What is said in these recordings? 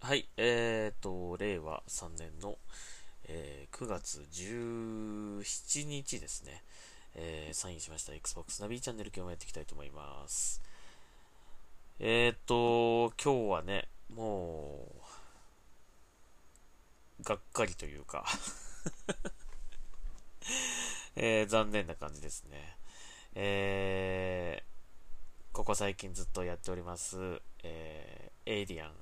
はい、令和3年の、9月17日ですね、サインしました Xbox ナビチャンネル今日もやっていきたいと思います。今日はね、もう、がっかりというか残念な感じですね。ここ最近ずっとやっております、エイリアン、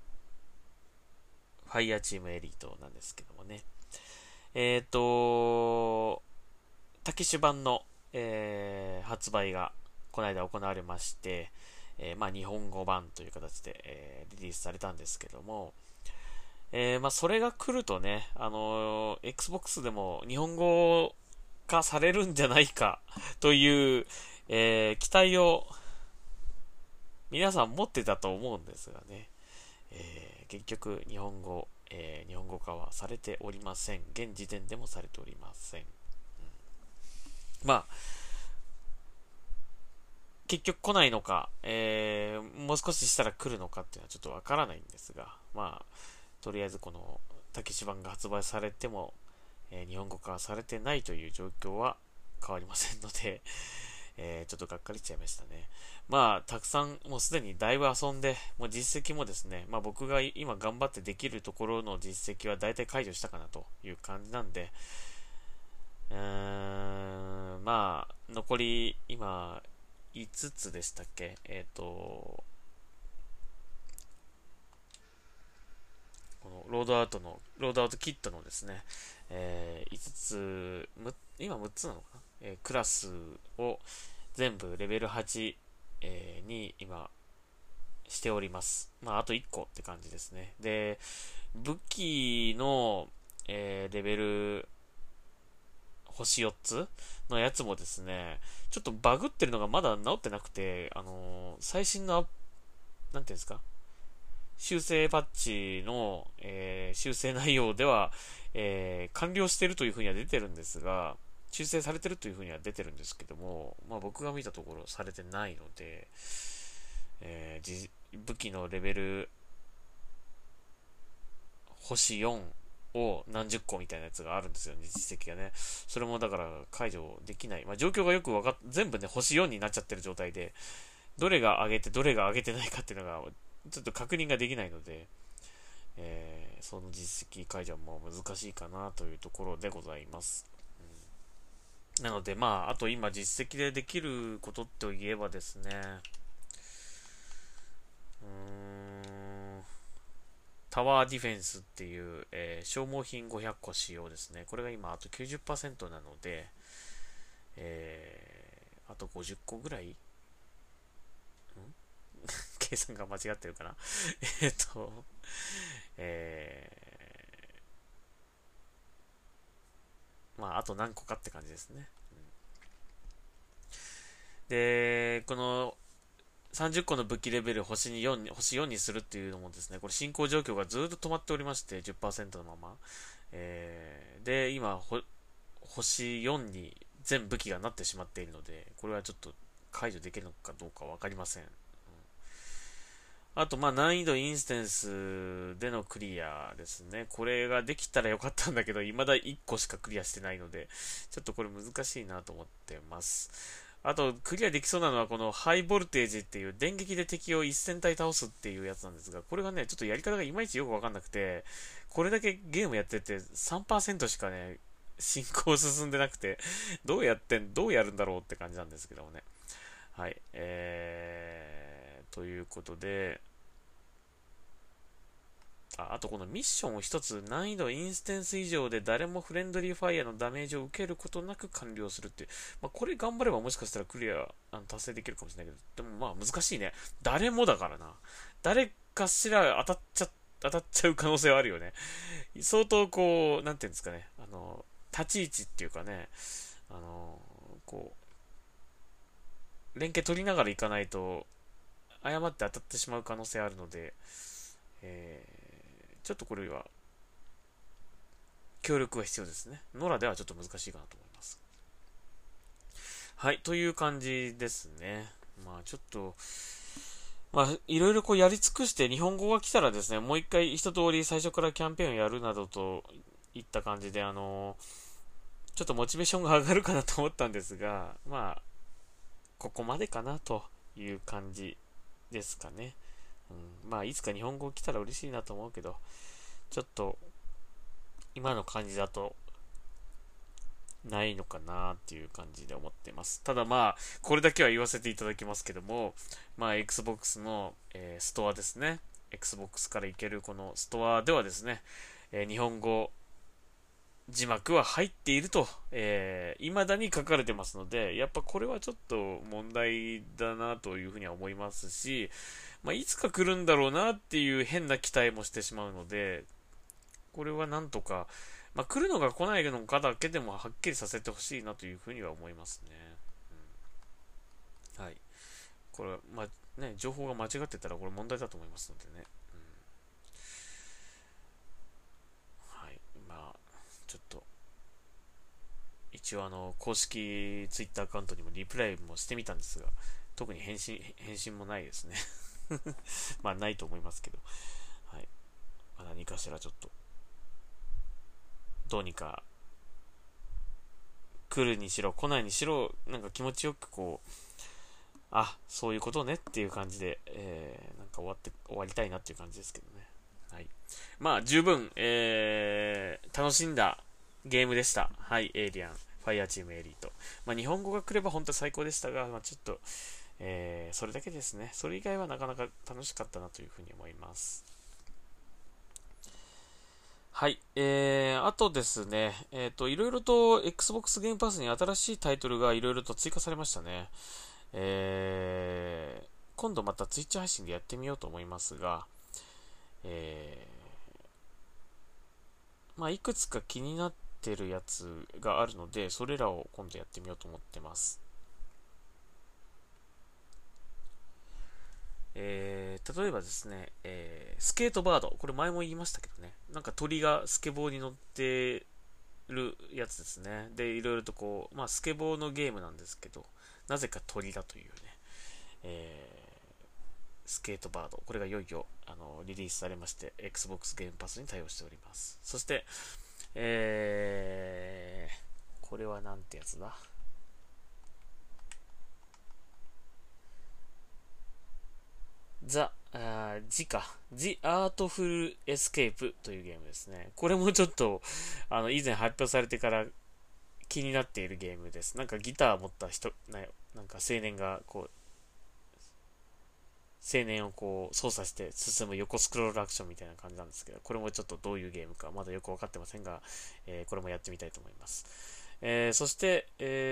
ファイヤーチームエリートなんですけどもね。えっ、と、タケシュ版の、発売がこの間行われまして、日本語版という形で、リリースされたんですけども、それが来るとね、Xbox でも日本語化されるんじゃないかという、期待を皆さん持ってたと思うんですがね、結局日本語化はされておりません。現時点でもされておりません。まあ、結局来ないのか、もう少ししたら来るのかっていうのはちょっとわからないんですが、とりあえずこの、タケシ版が発売されても、日本語化されてないという状況は変わりませんので、ちょっとがっかりしちゃいましたね。たくさん、もうすでにだいぶ遊んで、もう実績もですね、僕が今頑張ってできるところの実績は大体解除したかなという感じなんで、残り、今、5つでしたっけこのロードアウトキットのですね、5つ、今6つなのかな、クラスを全部レベル8、に今しております。あと1個って感じですね。で、武器の、レベル星4つのやつもですね、ちょっとバグってるのがまだ治ってなくて、最新のなんていうんですか、修正パッチの、修正内容では、完了しているというふうには出てるんですが、修正されてるというふうには出てるんですけども、僕が見たところされてないので、武器のレベル星4を何十個みたいなやつがあるんですよね、実績がね。それもだから解除できない。状況がよく全部ね、星4になっちゃってる状態で、どれが上げてどれが上げてないかっていうのが、ちょっと確認ができないので、その実績解除も難しいかなというところでございます。なので、あと今実績でできることといえばですね、うーん、タワーディフェンスっていう、消耗品500個使用ですね。これが今あと 90% なので、あと50個ぐらい計算が間違ってるかなえっと、えあと何個かって感じですね。で、この30個の武器レベル星4にするっていうのもですね、これ進行状況がずっと止まっておりまして、10%のまま。で、今、星4に全武器がなってしまっているので、これはちょっと解除できるのかどうかわかりません。あと、難易度インスタンスでのクリアですね。これができたらよかったんだけど、未だ1個しかクリアしてないので、ちょっとこれ難しいなと思ってます。あと、クリアできそうなのは、このハイボルテージっていう電撃で敵を1000体倒すっていうやつなんですが、これがね、ちょっとやり方がいまいちよくわかんなくて、これだけゲームやってて3%しかね、進行進んでなくて、どうやるんだろうって感じなんですけどもね。はい。ということで、あとこのミッションを一つ難易度インスタンス以上で誰もフレンドリーファイアのダメージを受けることなく完了するっていう。これ頑張ればもしかしたらクリア達成できるかもしれないけど、でも難しいね。誰もだからな。誰かしら当たっちゃう可能性はあるよね。相当こう、なんていうんですかね。立ち位置っていうかね、あの、こ連携取りながら行かないと、誤って当たってしまう可能性あるので、ちょっとこれは協力が必要ですね。ノラではちょっと難しいかなと思います。はい、という感じですね。ちょっと、 まあ、いろいろこうやり尽くして日本語が来たらですね、もう一回一通り最初からキャンペーンをやるなどといった感じで、ちょっとモチベーションが上がるかなと思ったんですが、まあ、ここまでかなという感じですかね。まあ、いつか日本語来たら嬉しいなと思うけど、ちょっと、今の感じだと、ないのかなっていう感じで思ってます。ただまあ、これだけは言わせていただきますけども、まあ、Xbox の、ストアですね。Xbox から行けるこのストアではですね、日本語字幕は入っていると、未だに書かれてますので、やっぱこれはちょっと問題だなというふうには思いますし、まあ、いつか来るんだろうなっていう変な期待もしてしまうので、これはなんとか、まあ、来るのか来ないのかだけでもはっきりさせてほしいなというふうには思いますね。はい。これ、まあ、ね、情報が間違ってたらこれ問題だと思いますのでね。はい。まあ、ちょっと、一応公式ツイッターアカウントにもリプライもしてみたんですが、特に返信もないですね。まあ、ないと思いますけど。はい。まあ、何かしらちょっと、どうにか来るにしろ来ないにしろなんか気持ちよくこうそういうことねっていう感じで、なんか終わりたいなっていう感じですけどね。はい。まあ十分、楽しんだゲームでした。はい、エイリアンファイヤーチームエリート。まあ日本語が来れば本当最高でしたが、まあ、ちょっと、それだけですね。それ以外はなかなか楽しかったなというふうに思います。はい。あとですね、いろいろと Xbox ゲームパスに新しいタイトルがいろいろと追加されましたね。今度また Twitch 配信でやってみようと思いますが、まあ、いくつか気になってるやつがあるので、それらを今度やってみようと思ってます。例えばですね、スケートバード。これ前も言いましたけどね。なんか鳥がスケボーに乗ってるやつですね。で、いろいろとこう、まあ、スケボーのゲームなんですけど、なぜか鳥だというね、スケートバード。これがいよいよ、リリースされまして、Xbox ゲームパスに対応しております。そして、これはなんてやつだジか。ジ・アートフル・エスケープというゲームですね。これもちょっと、以前発表されてから気になっているゲームです。なんかギター持った人、なんか青年がこう、青年をこう操作して進む横スクロールアクションみたいな感じなんですけど、これもちょっとどういうゲームかまだよくわかってませんが、これもやってみたいと思います。そして、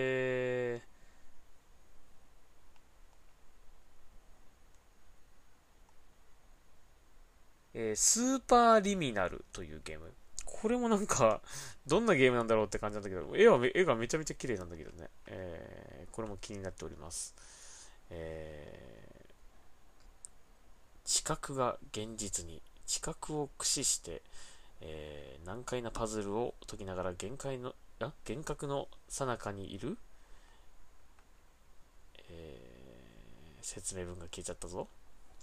スーパーリミナルというゲーム。これもなんか、どんなゲームなんだろうって感じなんだけど、絵がめちゃめちゃ綺麗なんだけどね。これも気になっております。知覚が現実に、知覚を駆使して、難解なパズルを解きながら幻覚の最中にいる、説明文が消えちゃったぞ。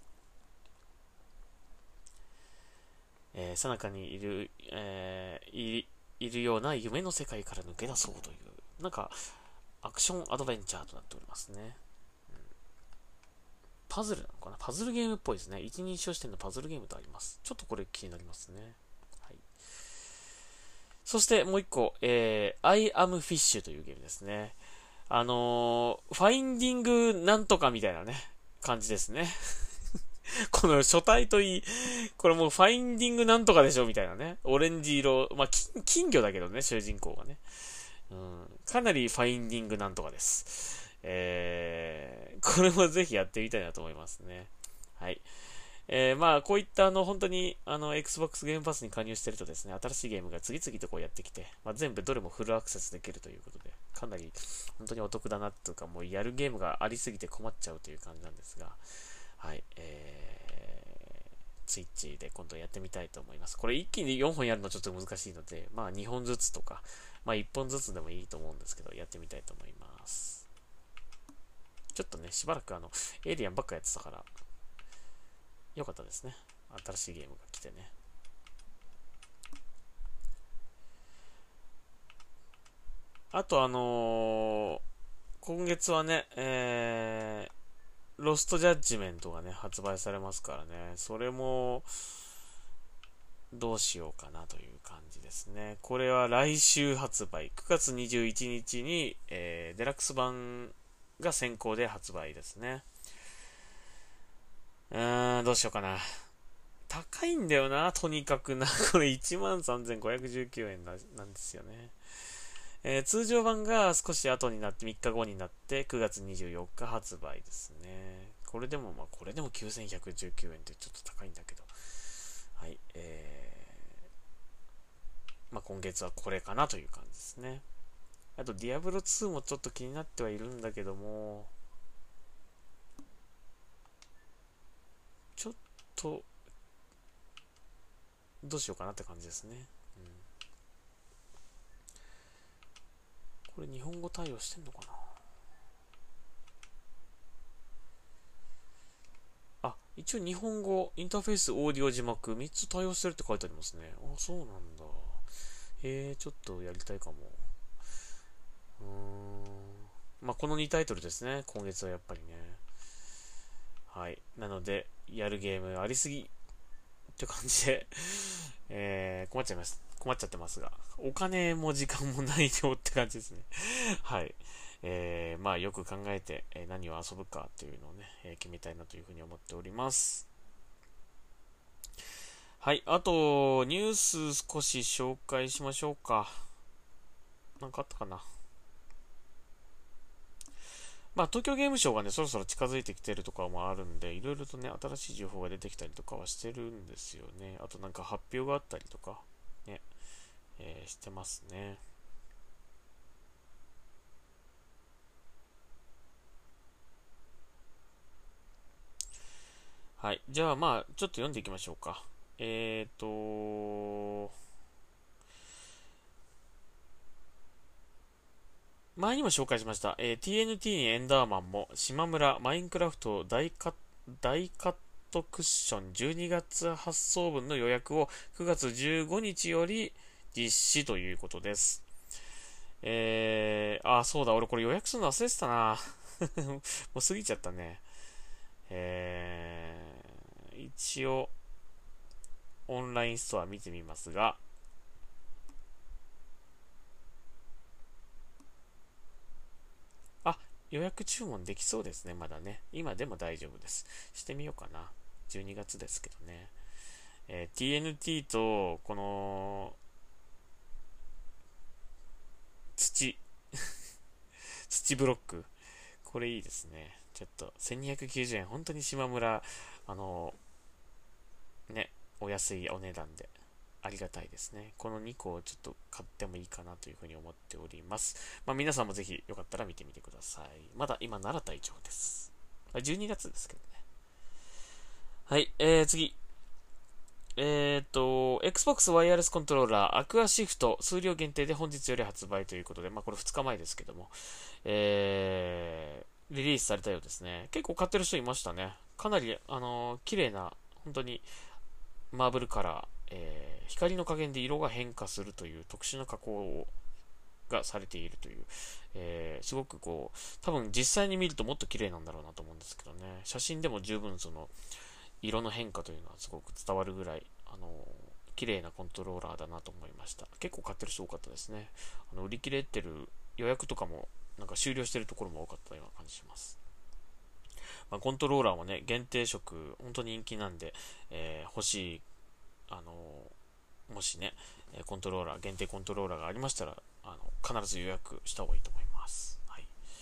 最中にいる、いるような夢の世界から抜け出そうという、なんか、アクションアドベンチャーとなっておりますね。パズルなのかな、パズルゲームっぽいですね。一人称視点のパズルゲームとあります。ちょっとこれ気になりますね。はい。そしてもう一個、I am Fish というゲームですね。ファインディングなんとかみたいなね、感じですね。この書体といい、これもうファインディングなんとかでしょみたいなね。オレンジ色、まあ、金魚だけどね、主人公がね。かなりファインディングなんとかです。これもぜひやってみたいなと思いますね。はい。まあ、こういった本当にXbox ゲームパスに加入してるとですね、新しいゲームが次々とこうやってきて、まあ、全部どれもフルアクセスできるということで、かなり本当にお得だなというか、もうやるゲームがありすぎて困っちゃうという感じなんですが、はい、ツイッチで今度やってみたいと思います。これ一気に4本やるのちょっと難しいので、まあ2本ずつとか、まあ1本ずつでもいいと思うんですけど、やってみたいと思います。ちょっとね、しばらくエイリアンばっかやってたから、 よかったですね。新しいゲームが来てね。あと今月はね、ロストジャッジメントがね、発売されますからね、それも、どうしようかなという感じですね。これは来週発売。9月21日に、デラックス版が先行で発売ですね。どうしようかな。高いんだよな、とにかくな。これ13,519円なんですよね。通常版が少し後になって3日後になって9月24日発売ですね。これでも9119円ってちょっと高いんだけど。はい。今月はこれかなという感じですね。あと、ディアブロ2もちょっと気になってはいるんだけども、ちょっと、どうしようかなって感じですね。これ日本語対応してんのかな。一応日本語、インターフェース、オーディオ、字幕、3つ対応してるって書いてありますね。そうなんだ。ちょっとやりたいかも。この2タイトルですね。今月はやっぱりね。はい。なので、やるゲームありすぎって感じで、困っちゃってますが、お金も時間もないよって感じですね。はい。よく考えて、何を遊ぶかというのをね、決めたいなというふうに思っております。はい。あと、ニュース少し紹介しましょうか。なんかあったかな。東京ゲームショウがね、そろそろ近づいてきてるとかもあるんで、いろいろとね、新しい情報が出てきたりとかはしてるんですよね。あとなんか発表があったりとか、ね、してますね。はい。じゃあちょっと読んでいきましょうか。前にも紹介しました、TNT にエンダーマンも、島村、マインクラフト大カットクッション12月発送分の予約を9月15日より実施ということです。そうだ、俺これ予約するの忘れてたな。もう過ぎちゃったね。一応、オンラインストア見てみますが、予約注文できそうですね、まだね。今でも大丈夫です。してみようかな。12月ですけどね。TNT と、この、土ブロック。これいいですね。ちょっと、1290円。本当に島村、お安いお値段で。ありがたいですね。この2個をちょっと買ってもいいかなというふうに思っております。皆さんもぜひよかったら見てみてください。まだ今なら大丈夫です。12月ですけどね。はい、次。Xbox ワイヤレスコントローラーアクアシフト数量限定で本日より発売ということで、これ2日前ですけども、リリースされたようですね。結構買ってる人いましたね。かなり、綺麗な、本当にマーブルカラー、光の加減で色が変化するという特殊な加工がされているという、すごく多分実際に見るともっと綺麗なんだろうなと思うんですけどね、写真でも十分その色の変化というのはすごく伝わるぐらい、綺麗なコントローラーだなと思いました。結構買ってる人多かったですね。売り切れてる予約とかもなんか終了してるところも多かったような感じします。コントローラーもね、限定色、本当に人気なんで、欲しい、もしね、限定コントローラーがありましたら、必ず予約した方がいいと思います。はい。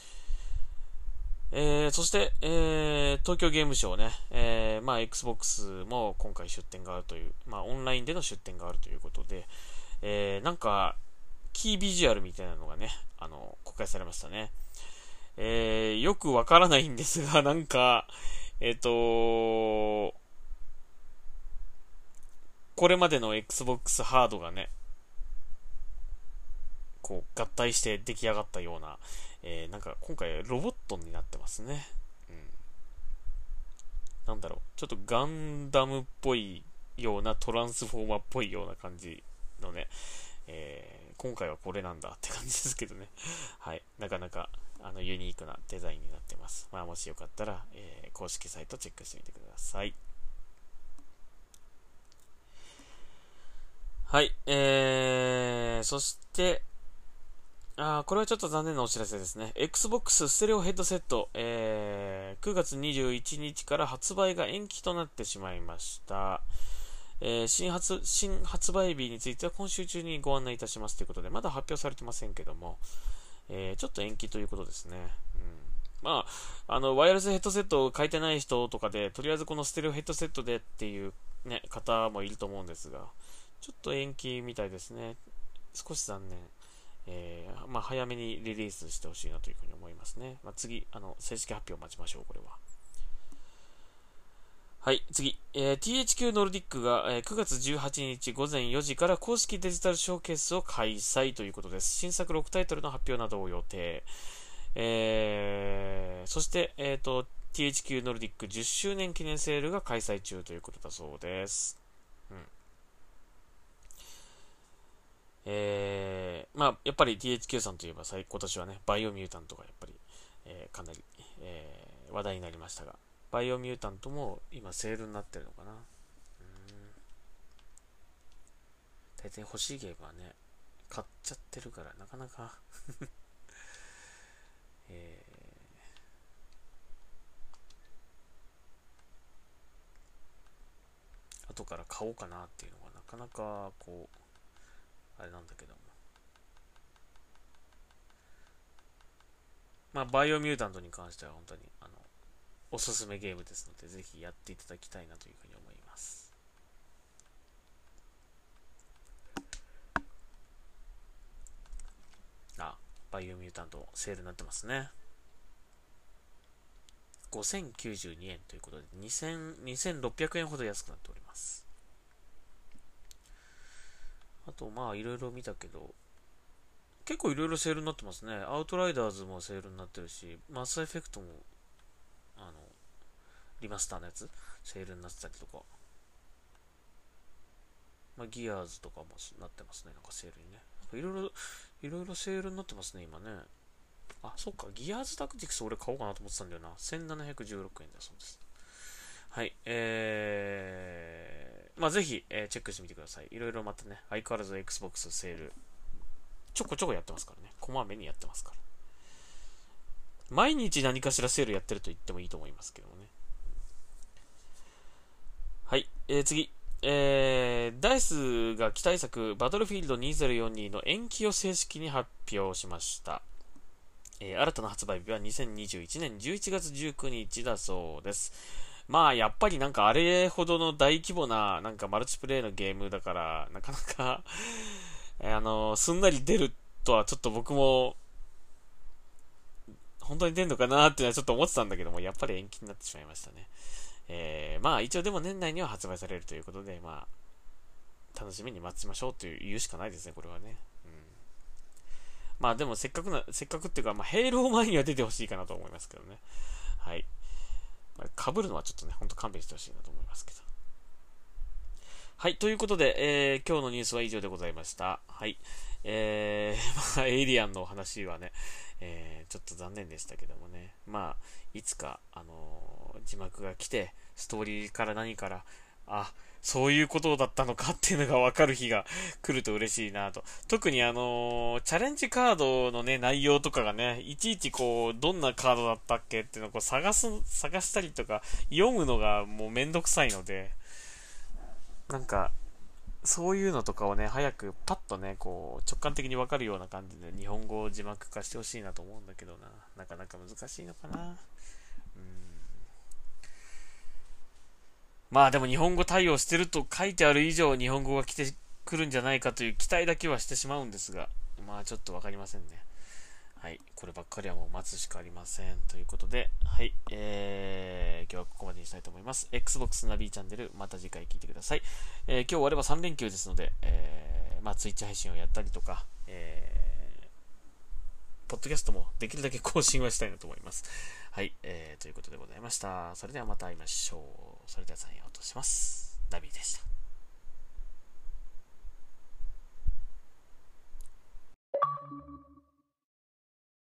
そして、東京ゲームショウね、Xbox も今回出展があるという、オンラインでの出展があるということで、なんか、キービジュアルみたいなのがね、公開されましたね。よくわからないんですが、なんか、これまでの Xbox ハードがね、合体して出来上がったような、なんか今回ロボットになってますね。 なんだろう、ちょっとガンダムっぽいようなトランスフォーマーっぽいような感じのね、今回はこれなんだって感じですけどね。はい。なかなかユニークなデザインになってます。まあもしよかったら、公式サイトチェックしてみてください。はい。そして、これはちょっと残念なお知らせですね。Xbox ステレオヘッドセット、9月21日から発売が延期となってしまいました。新発売日については今週中にご案内いたしますということで、まだ発表されてませんけども、ちょっと延期ということですね。まあ、ワイヤレスヘッドセットを書いてない人とかで、とりあえずこのステレオヘッドセットでっていう、ね、方もいると思うんですが、ちょっと延期みたいですね。少し残念。まあ、早めにリリースしてほしいなというふうに思いますね。まあ、次、正式発表を待ちましょう、これは。はい、次。THQ ノルディックが、9月18日午前4時から公式デジタルショーケースを開催ということです。新作6タイトルの発表などを予定。そして、THQ ノルディック10周年記念セールが開催中ということだそうです。まあ、やっぱり THQ さんといえば今年はね、バイオミュータントがやっぱり、かなり、話題になりましたが、バイオミュータントも今セールになってるのかな。大体欲しいゲームはね、買っちゃってるからなかなか後から買おうかなっていうのがなかなかこうあれなんだけども、まあバイオミュータントに関しては本当におすすめゲームですので、ぜひやっていただきたいなというふうに思います。バイオミュータントセールになってますね。5092円ということで2600円ほど安くなっております。あとまあいろいろ見たけど、結構いろいろセールになってますね。アウトライダーズもセールになってるし、マスエフェクトもリマスターのやつセールになってたりとか、まあ、ギアーズとかもなってますね。なんかセールにね、いろいろセールになってますね今ね。そっか、ギアーズタクティクス俺買おうかなと思ってたんだよな。1716円だそうです。はい。まあ、ぜひ、チェックしてみてください。いろいろまたね、相変わらず Xbox セール、ちょこちょこやってますからね。こまめにやってますから。毎日何かしらセールやってると言ってもいいと思いますけどもね。はい。次。ダイスが期待作バトルフィールド2042の延期を正式に発表しました。新たな発売日は2021年11月19日だそうです。まあやっぱりなんかあれほどの大規模ななんかマルチプレイのゲームだからなかなかすんなり出るとはちょっと僕も本当に出るのかなっていうのはちょっと思ってたんだけども、やっぱり延期になってしまいましたね。まあ一応でも年内には発売されるということで、まあ楽しみに待ちましょうという言うしかないですね、これはね。まあでもせっかくっていうか、まあヘイロー前には出てほしいかなと思いますけどね。はい。被るのはちょっとね、ほんと勘弁してほしいなと思いますけど。はい、ということで、今日のニュースは以上でございました。はい。まあ、エイリアンの話はね、ちょっと残念でしたけどもね。まあ、いつか、字幕が来て、ストーリーから何から、そういうことだったのかっていうのが分かる日が来ると嬉しいなと。特にチャレンジカードのね、内容とかがね、いちいちこう、どんなカードだったっけっていうのをこう探したりとか、読むのがもうめんどくさいので、なんか、そういうのとかをね、早くパッとね、こう、直感的に分かるような感じで日本語を字幕化してほしいなと思うんだけどな。なかなか難しいのかな。まあでも日本語対応してると書いてある以上日本語が来てくるんじゃないかという期待だけはしてしまうんですが、まあちょっとわかりませんね。はい。こればっかりはもう待つしかありません。ということで、はい。今日はここまでにしたいと思います。Xbox ナビチャンネル、また次回聞いてください。今日終われば3連休ですので、まあ Twitch 配信をやったりとか、ポッドキャストもできるだけ更新はしたいなと思います。 はい、ということでございました。それではまた会いましょう。それではさようとします。ダビーでした。